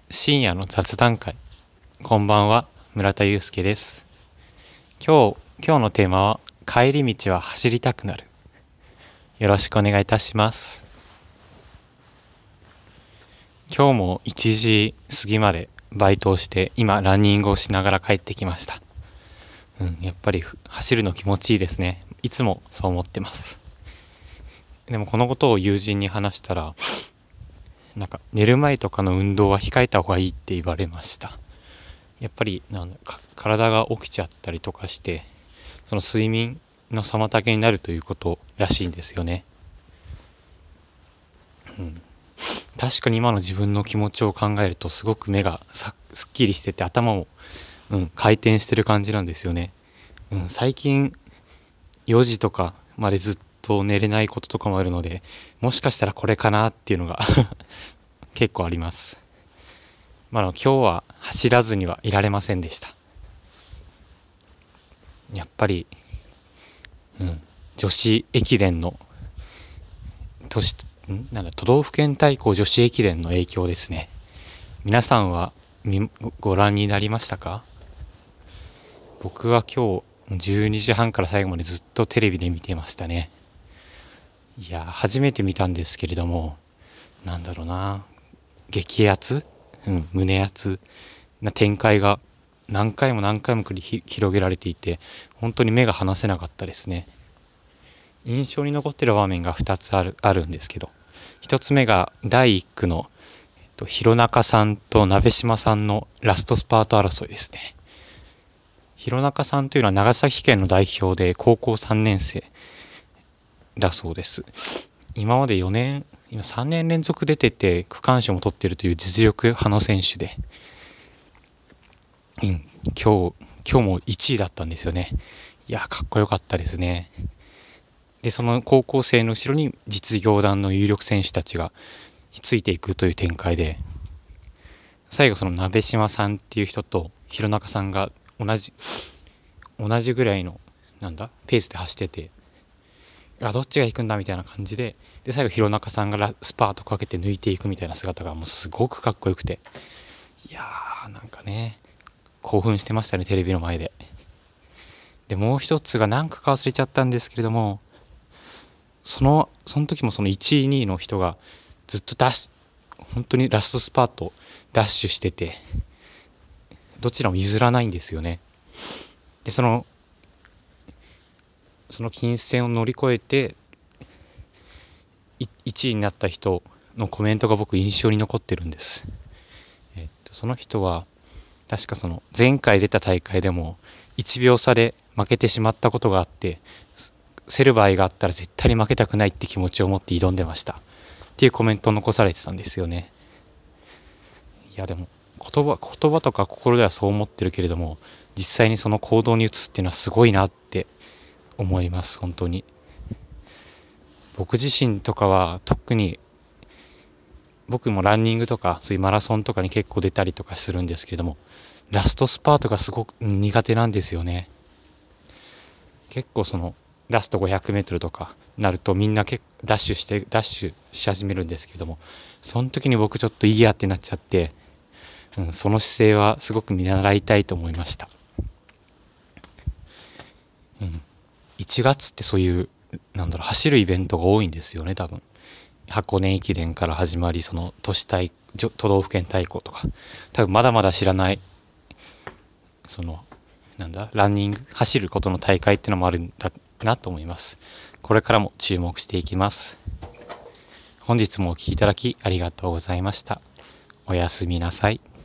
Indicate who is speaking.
Speaker 1: 深夜の雑談会。こんばんは、村田祐介です。今日のテーマは、帰り道は走りたくなる。よろしくお願いいたします。今日も1時過ぎまでバイトをして、今ランニングをしながら帰ってきました。やっぱり走るの気持ちいいですね。いつもそう思ってます。でもこのことを友人に話したら、寝る前とかの運動は控えた方がいいって言われました。やっぱり体が起きちゃったりとかして、その睡眠の妨げになるということらしいんですよね。確かに今の自分の気持ちを考えるとすごく目がすっきりしてて、頭も、回転してる感じなんですよね。最近4時とかまでずっと寝れないこととかもあるので、もしかしたらこれかなっていうのが結構あります。今日は走らずにはいられませんでした。やっぱり、女子駅伝の都道府県対抗女子駅伝の影響ですね。皆さんはご覧になりましたか？僕は今日12時半から最後までずっとテレビで見てましたね。いや、初めて見たんですけれども、激アツ、胸アツな展開が何回も繰り広げられていて、本当に目が離せなかったですね。印象に残っている場面が2つあるんですけど、1つ目が第1区の弘中さんと鍋島さんのラストスパート争いですね。弘中さんというのは長崎県の代表で高校3年生だそうです。今まで今3年連続出てて区間賞も取っているという実力派の選手で、今日も1位だったんですよね。いや、かっこよかったですね。で、その高校生の後ろに実業団の有力選手たちがついていくという展開で、最後その鍋島さんっていう人と弘中さんが同じぐらいのペースで走ってて、どっちが行くんだみたいな感じで、最後弘中さんがスパートかけて抜いていくみたいな姿がもうすごくかっこよくて、いやー興奮してましたね、テレビの前で。で、もう一つが何か忘れちゃったんですけれども、その時もその1位2位の人がずっと本当にラストスパートダッシュしてて、どちらも譲らないんですよね。で、その金線を乗り越えて1位になった人のコメントが僕印象に残ってるんです。その人は確かその前回出た大会でも1秒差で負けてしまったことがあって、競る場合があったら絶対に負けたくないって気持ちを持って挑んでましたっていうコメントを残されてたんですよね。いや、でも言葉とか心ではそう思ってるけれども、実際にその行動に移すっていうのはすごいなって思います。本当に僕自身とかは特に、僕もランニングとかそういうマラソンとかに結構出たりとかするんですけれども、ラストスパートがすごく苦手なんですよね。結構そのラスト500メートルとかなるとみんなダッシュし始めるんですけども、その時に僕ちょっといいやってなっちゃって、その姿勢はすごく見習いたいと思いました。1月ってそういう走るイベントが多いんですよね、多分。箱根駅伝から始まり、その都道府県対抗とか、多分まだまだ知らないランニング走ることの大会っていうのもあるんだなと思います。これからも注目していきます。本日もお聞きいただきありがとうございました。おやすみなさい。